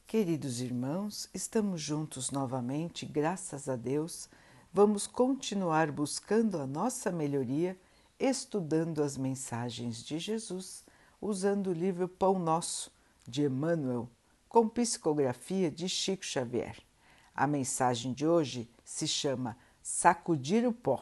Queridos irmãos, estamos juntos novamente, graças a Deus. Vamos continuar buscando a nossa melhoria, estudando as mensagens de Jesus, usando o livro Pão Nosso, de Emmanuel, com psicografia de Chico Xavier. A mensagem de hoje se chama Sacudir o Pó.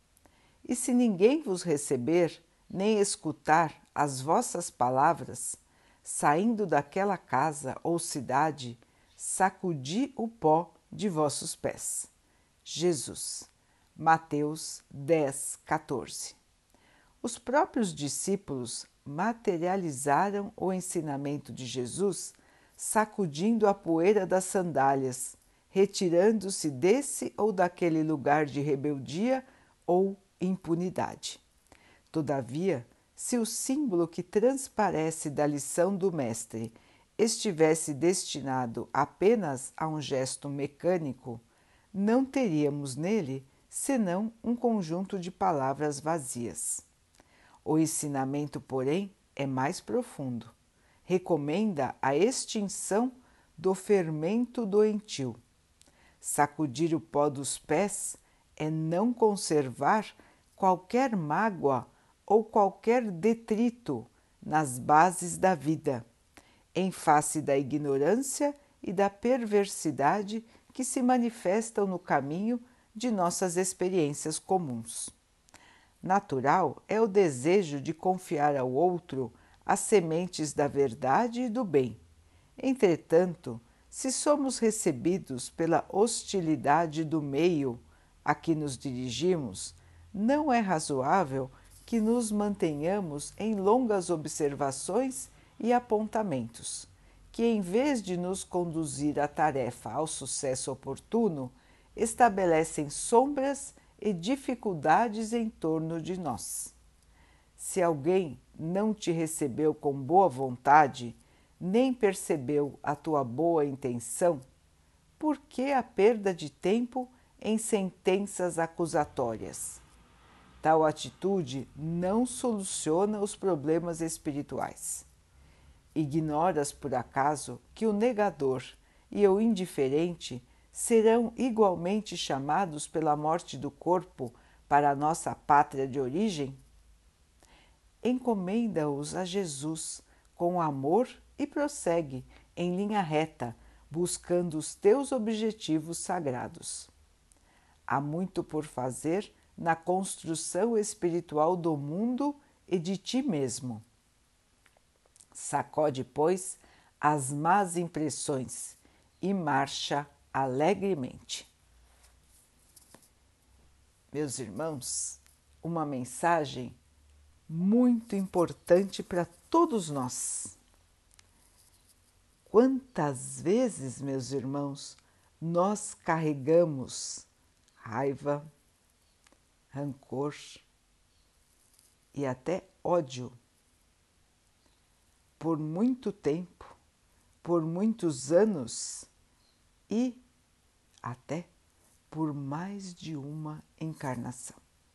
E se ninguém vos receber, nem escutar as vossas palavras, saindo daquela casa ou cidade, sacudi o pó de vossos pés. Jesus, Mateus 10, 14. Os próprios discípulos materializaram o ensinamento de Jesus sacudindo a poeira das sandálias, retirando-se desse ou daquele lugar de rebeldia ou impunidade. Todavia, se o símbolo que transparece da lição do Mestre estivesse destinado apenas a um gesto mecânico, não teríamos nele senão um conjunto de palavras vazias. O ensinamento, porém, é mais profundo. Recomenda a extinção do fermento doentio. Sacudir o pó dos pés é não conservar qualquer mágoa ou qualquer detrito nas bases da vida, em face da ignorância e da perversidade que se manifestam no caminho de nossas experiências comuns. Natural é o desejo de confiar ao outro as sementes da verdade e do bem. Entretanto, se somos recebidos pela hostilidade do meio a que nos dirigimos, não é razoável que nos mantenhamos em longas observações e apontamentos, que em vez de nos conduzir à tarefa ao sucesso oportuno, estabelecem sombras e dificuldades em torno de nós. Se alguém não te recebeu com boa vontade, nem percebeu a tua boa intenção, por que a perda de tempo em sentenças acusatórias? Tal atitude não soluciona os problemas espirituais. Ignoras, por acaso, que o negador e o indiferente serão igualmente chamados pela morte do corpo para a nossa pátria de origem? Encomenda-os a Jesus com amor e prossegue em linha reta, buscando os teus objetivos sagrados. Há muito por fazer na construção espiritual do mundo e de ti mesmo. Sacode, pois, as más impressões e marcha alegremente. Meus irmãos, uma mensagem muito importante para todos nós. Quantas vezes, meus irmãos, nós carregamos raiva, rancor e até ódio por muito tempo, por muitos anos e até por mais de uma encarnação.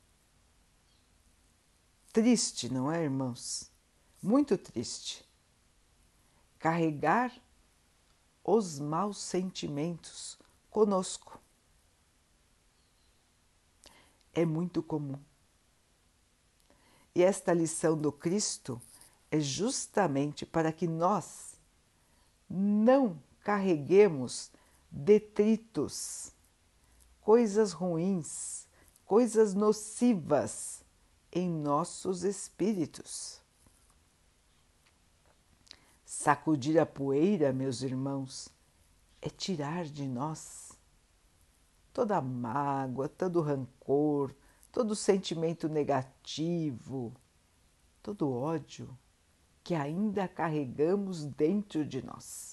Triste, não é, irmãos? Muito triste. Carregar os maus sentimentos conosco. É muito comum. E esta lição do Cristo é justamente para que nós não carreguemos detritos, coisas ruins, coisas nocivas em nossos espíritos. Sacudir a poeira, meus irmãos, é tirar de nós toda a mágoa, todo o rancor, todo o sentimento negativo, todo o ódio que ainda carregamos dentro de nós.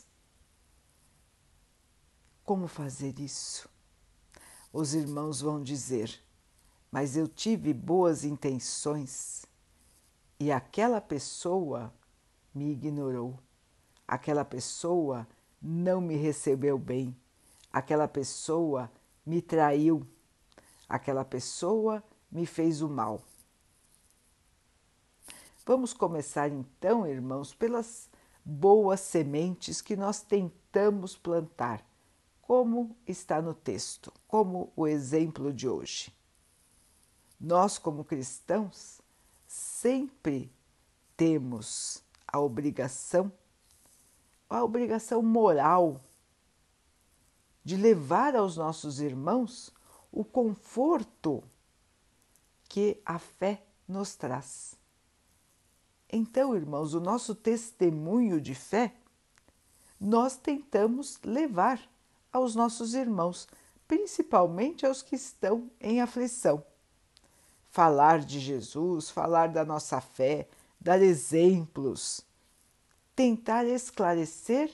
Como fazer isso? Os irmãos vão dizer: mas eu tive boas intenções e aquela pessoa me ignorou, aquela pessoa não me recebeu bem, aquela pessoa me traiu, aquela pessoa me fez o mal. Vamos começar então, irmãos, pelas boas sementes que nós tentamos plantar, como está no texto, como o exemplo de hoje. Nós, como cristãos, sempre temos a obrigação moral de levar aos nossos irmãos o conforto que a fé nos traz. Então, irmãos, o nosso testemunho de fé, nós tentamos levar aos nossos irmãos, principalmente aos que estão em aflição. Falar de Jesus, falar da nossa fé, dar exemplos, tentar esclarecer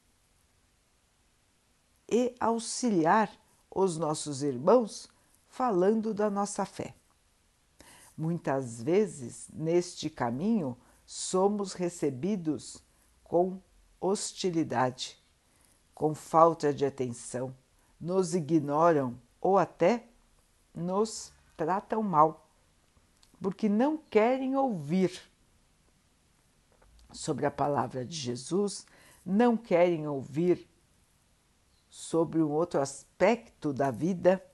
e auxiliar os nossos irmãos falando da nossa fé. Muitas vezes, neste caminho, somos recebidos com hostilidade, com falta de atenção, nos ignoram ou até nos tratam mal, porque não querem ouvir sobre a palavra de Jesus, não querem ouvir sobre um outro aspecto da vida.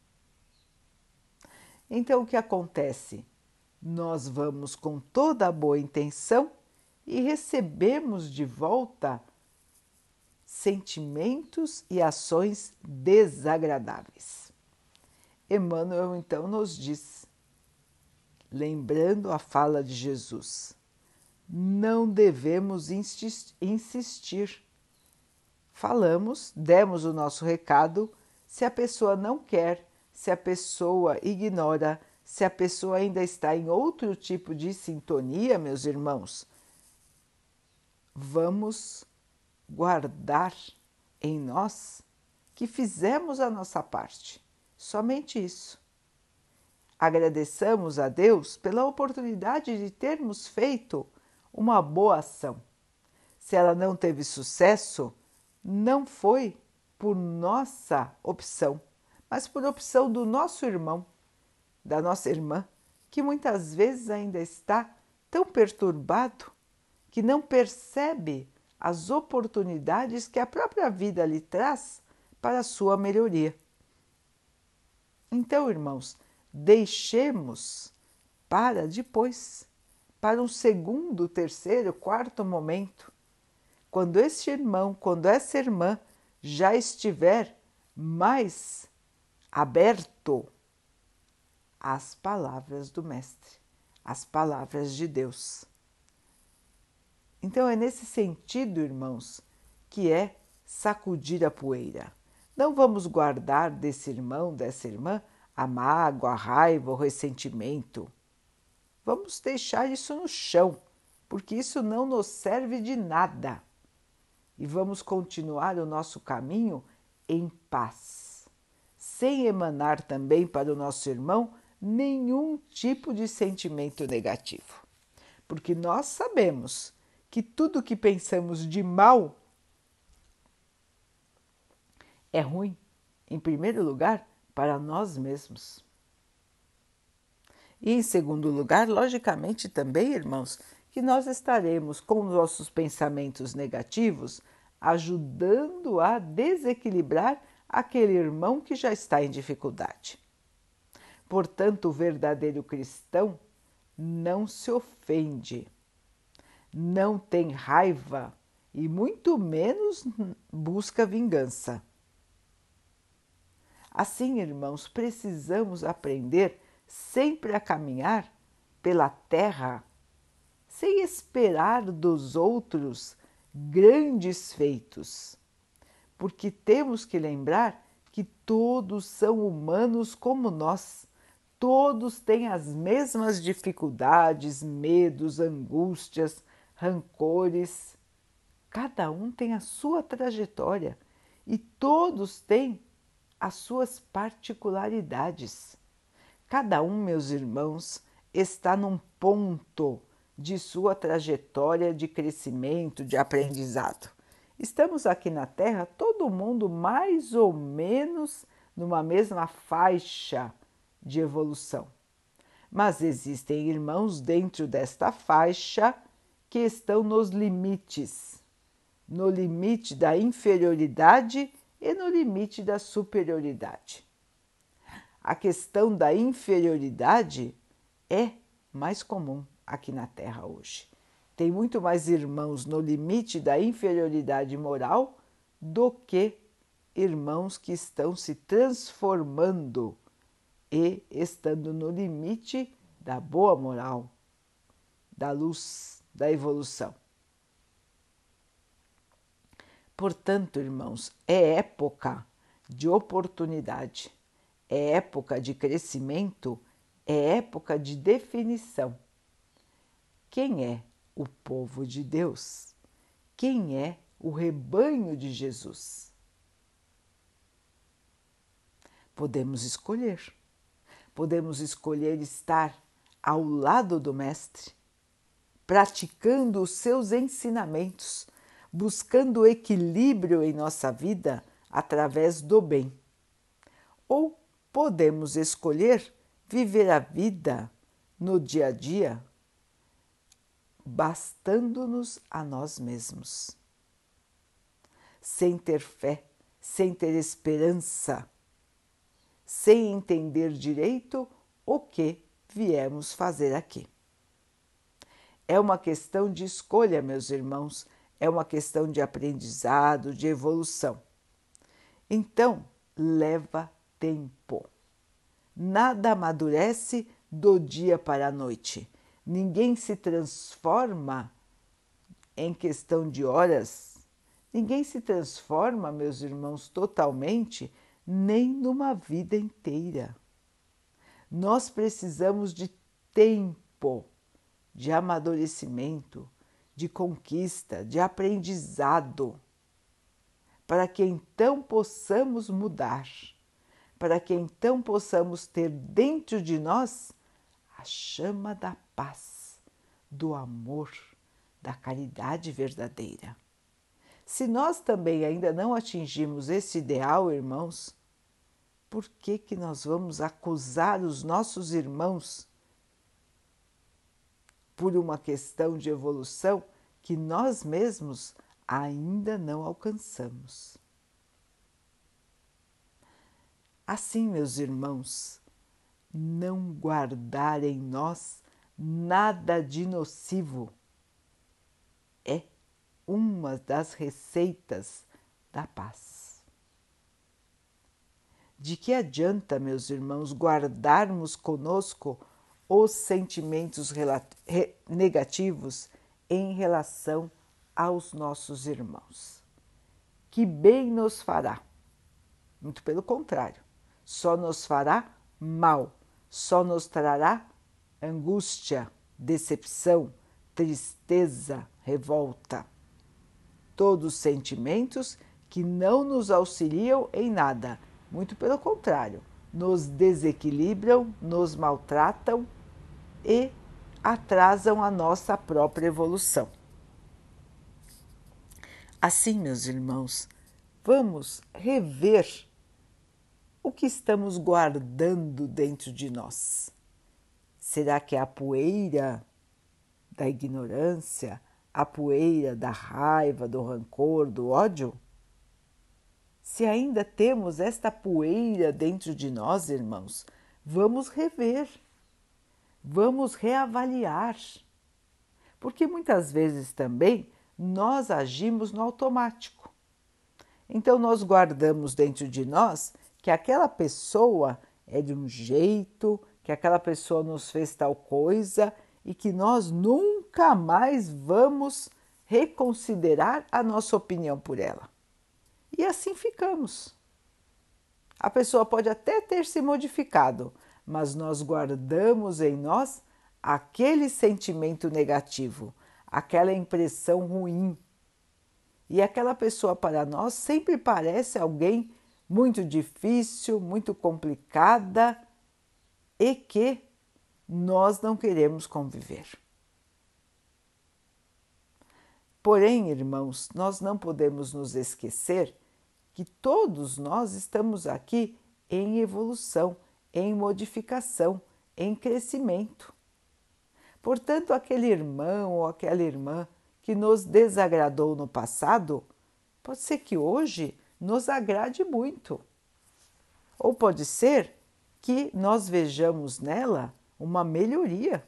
Então, o que acontece? Nós vamos com toda a boa intenção e recebemos de volta sentimentos e ações desagradáveis. Emmanuel então nos diz, lembrando a fala de Jesus, não devemos insistir. Falamos, demos o nosso recado, se a pessoa não quer, se a pessoa ignora, se a pessoa ainda está em outro tipo de sintonia, meus irmãos, vamos guardar em nós que fizemos a nossa parte. Somente isso. Agradeçamos a Deus pela oportunidade de termos feito uma boa ação. Se ela não teve sucesso, não foi por nossa opção, mas por opção do nosso irmão, da nossa irmã, que muitas vezes ainda está tão perturbado que não percebe as oportunidades que a própria vida lhe traz para a sua melhoria. Então, irmãos, deixemos para depois, para um segundo, terceiro, quarto momento, quando este irmão, quando essa irmã já estiver mais aberto às palavras do Mestre, às palavras de Deus. Então é nesse sentido, irmãos, que é sacudir a poeira. Não vamos guardar desse irmão, dessa irmã, a mágoa, a raiva, o ressentimento. Vamos deixar isso no chão, porque isso não nos serve de nada. E vamos continuar o nosso caminho em paz, sem emanar também para o nosso irmão nenhum tipo de sentimento negativo. Porque nós sabemos que tudo que pensamos de mal é ruim, em primeiro lugar, para nós mesmos. E em segundo lugar, logicamente também, irmãos, que nós estaremos com os nossos pensamentos negativos ajudando a desequilibrar aquele irmão que já está em dificuldade. Portanto, o verdadeiro cristão não se ofende, não tem raiva e muito menos busca vingança. Assim, irmãos, precisamos aprender sempre a caminhar pela terra sem esperar dos outros grandes feitos, porque temos que lembrar que todos são humanos como nós, todos têm as mesmas dificuldades, medos, angústias, rancores. Cada um tem a sua trajetória e todos têm as suas particularidades. Cada um, meus irmãos, está num ponto de sua trajetória de crescimento, de aprendizado. Estamos aqui na Terra, todo mundo mais ou menos numa mesma faixa de evolução. Mas existem irmãos dentro desta faixa que estão nos limites, no limite da inferioridade e no limite da superioridade. A questão da inferioridade é mais comum aqui na Terra hoje. Tem muito mais irmãos no limite da inferioridade moral do que irmãos que estão se transformando e estando no limite da boa moral, da luz, da evolução. Portanto, irmãos, é época de oportunidade, é época de crescimento, é época de definição. Quem é o povo de Deus? Quem é o rebanho de Jesus? Podemos escolher estar ao lado do Mestre, praticando os seus ensinamentos, buscando equilíbrio em nossa vida através do bem. Ou podemos escolher viver a vida no dia a dia, bastando-nos a nós mesmos, sem ter fé, sem ter esperança, sem entender direito o que viemos fazer aqui. É uma questão de escolha, meus irmãos, é uma questão de aprendizado, de evolução. Então, leva tempo. Nada amadurece do dia para a noite. Ninguém se transforma em questão de horas. Ninguém se transforma, meus irmãos, totalmente, nem numa vida inteira. Nós precisamos de tempo, de amadurecimento, de conquista, de aprendizado, para que então possamos mudar, para que então possamos ter dentro de nós a chama da paz, do amor, da caridade verdadeira. Se nós também ainda não atingimos esse ideal, irmãos, por que nós vamos acusar os nossos irmãos por uma questão de evolução que nós mesmos ainda não alcançamos? Assim, meus irmãos, não guardar em nós nada de nocivo é uma das receitas da paz. De que adianta, meus irmãos, guardarmos conosco os sentimentos negativos em relação aos nossos irmãos? Que bem nos fará? Muito pelo contrário, só nos fará mal, só nos trará angústia, decepção, tristeza, revolta. Todos sentimentos que não nos auxiliam em nada, muito pelo contrário, nos desequilibram, nos maltratam e atrasam a nossa própria evolução. Assim, meus irmãos, vamos rever o que estamos guardando dentro de nós. Será que é a poeira da ignorância, a poeira da raiva, do rancor, do ódio? Se ainda temos esta poeira dentro de nós, irmãos, vamos rever, vamos reavaliar. Porque muitas vezes também nós agimos no automático. Então nós guardamos dentro de nós que aquela pessoa é de um jeito, que aquela pessoa nos fez tal coisa e que nós nunca mais vamos reconsiderar a nossa opinião por ela. E assim ficamos. A pessoa pode até ter se modificado, mas nós guardamos em nós aquele sentimento negativo, aquela impressão ruim. E aquela pessoa para nós sempre parece alguém muito difícil, muito complicada e que nós não queremos conviver. Porém, irmãos, nós não podemos nos esquecer que todos nós estamos aqui em evolução, em modificação, em crescimento. Portanto, aquele irmão ou aquela irmã que nos desagradou no passado, pode ser que hoje nos agrade muito. Ou pode ser que nós vejamos nela uma melhoria.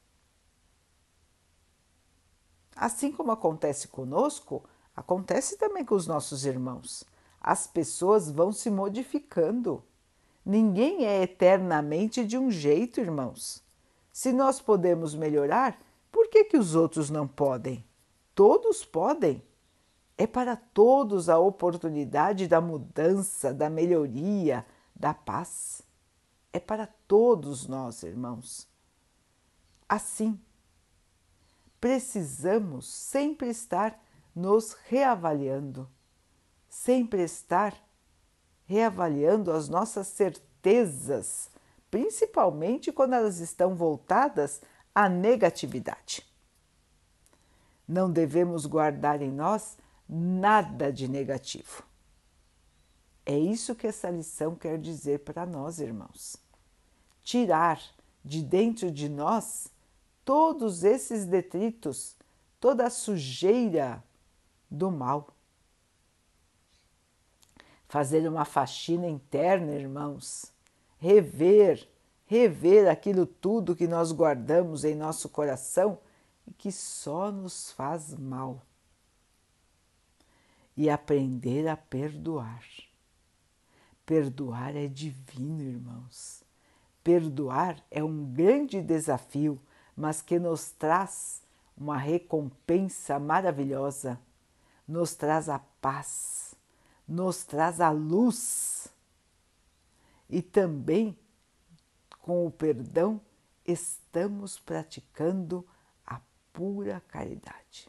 Assim como acontece conosco, acontece também com os nossos irmãos. As pessoas vão se modificando. Ninguém é eternamente de um jeito, irmãos. Se nós podemos melhorar, por que os outros não podem? Todos podem. É para todos a oportunidade da mudança, da melhoria, da paz. É para todos nós, irmãos. Assim, precisamos sempre estar nos reavaliando, sempre estar reavaliando as nossas certezas, principalmente quando elas estão voltadas à negatividade. Não devemos guardar em nós nada de negativo. É isso que essa lição quer dizer para nós, irmãos. Tirar de dentro de nós todos esses detritos, toda a sujeira do mal. Fazer uma faxina interna, irmãos. Rever aquilo tudo que nós guardamos em nosso coração e que só nos faz mal. E aprender a perdoar. Perdoar é divino, irmãos. Perdoar é um grande desafio, mas que nos traz uma recompensa maravilhosa, nos traz a paz, nos traz a luz. E também, com o perdão, estamos praticando a pura caridade.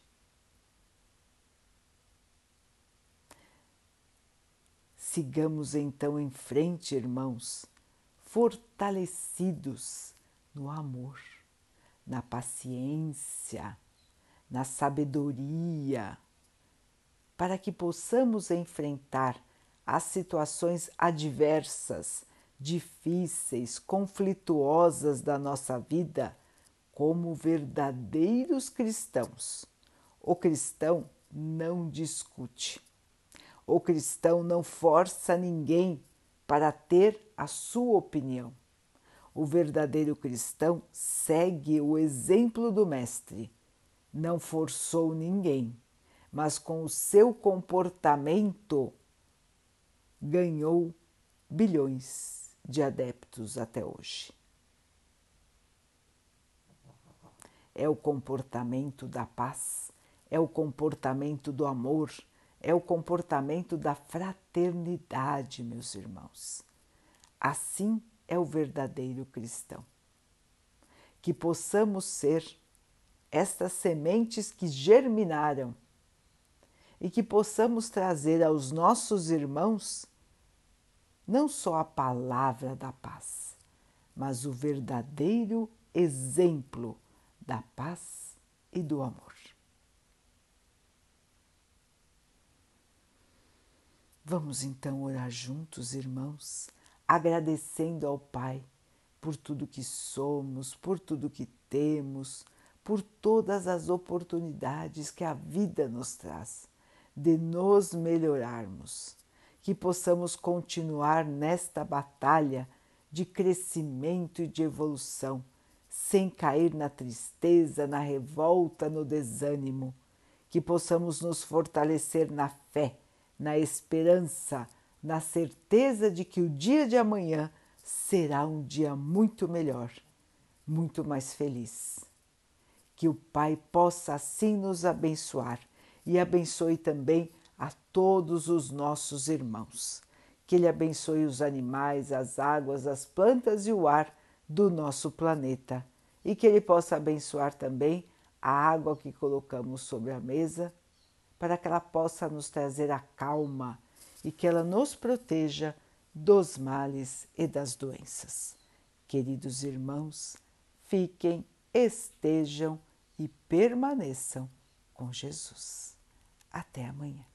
Sigamos então em frente, irmãos, fortalecidos no amor, na paciência, na sabedoria, para que possamos enfrentar as situações adversas, difíceis, conflituosas da nossa vida como verdadeiros cristãos. O cristão não discute. O cristão não força ninguém para ter a sua opinião. O verdadeiro cristão segue o exemplo do Mestre. Não forçou ninguém, mas com o seu comportamento ganhou bilhões de adeptos até hoje. É o comportamento da paz, é o comportamento do amor, é o comportamento da fraternidade, meus irmãos. Assim é o verdadeiro cristão. Que possamos ser estas sementes que germinaram e que possamos trazer aos nossos irmãos não só a palavra da paz, mas o verdadeiro exemplo da paz e do amor. Vamos então orar juntos, irmãos, agradecendo ao Pai por tudo que somos, por tudo que temos, por todas as oportunidades que a vida nos traz de nos melhorarmos, que possamos continuar nesta batalha de crescimento e de evolução, sem cair na tristeza, na revolta, no desânimo, que possamos nos fortalecer na fé, na esperança, na certeza de que o dia de amanhã será um dia muito melhor, muito mais feliz. Que o Pai possa assim nos abençoar e abençoe também a todos os nossos irmãos. Que Ele abençoe os animais, as águas, as plantas e o ar do nosso planeta. E que Ele possa abençoar também a água que colocamos sobre a mesa, para que ela possa nos trazer a calma e que ela nos proteja dos males e das doenças. Queridos irmãos, fiquem, estejam e permaneçam com Jesus. Até amanhã.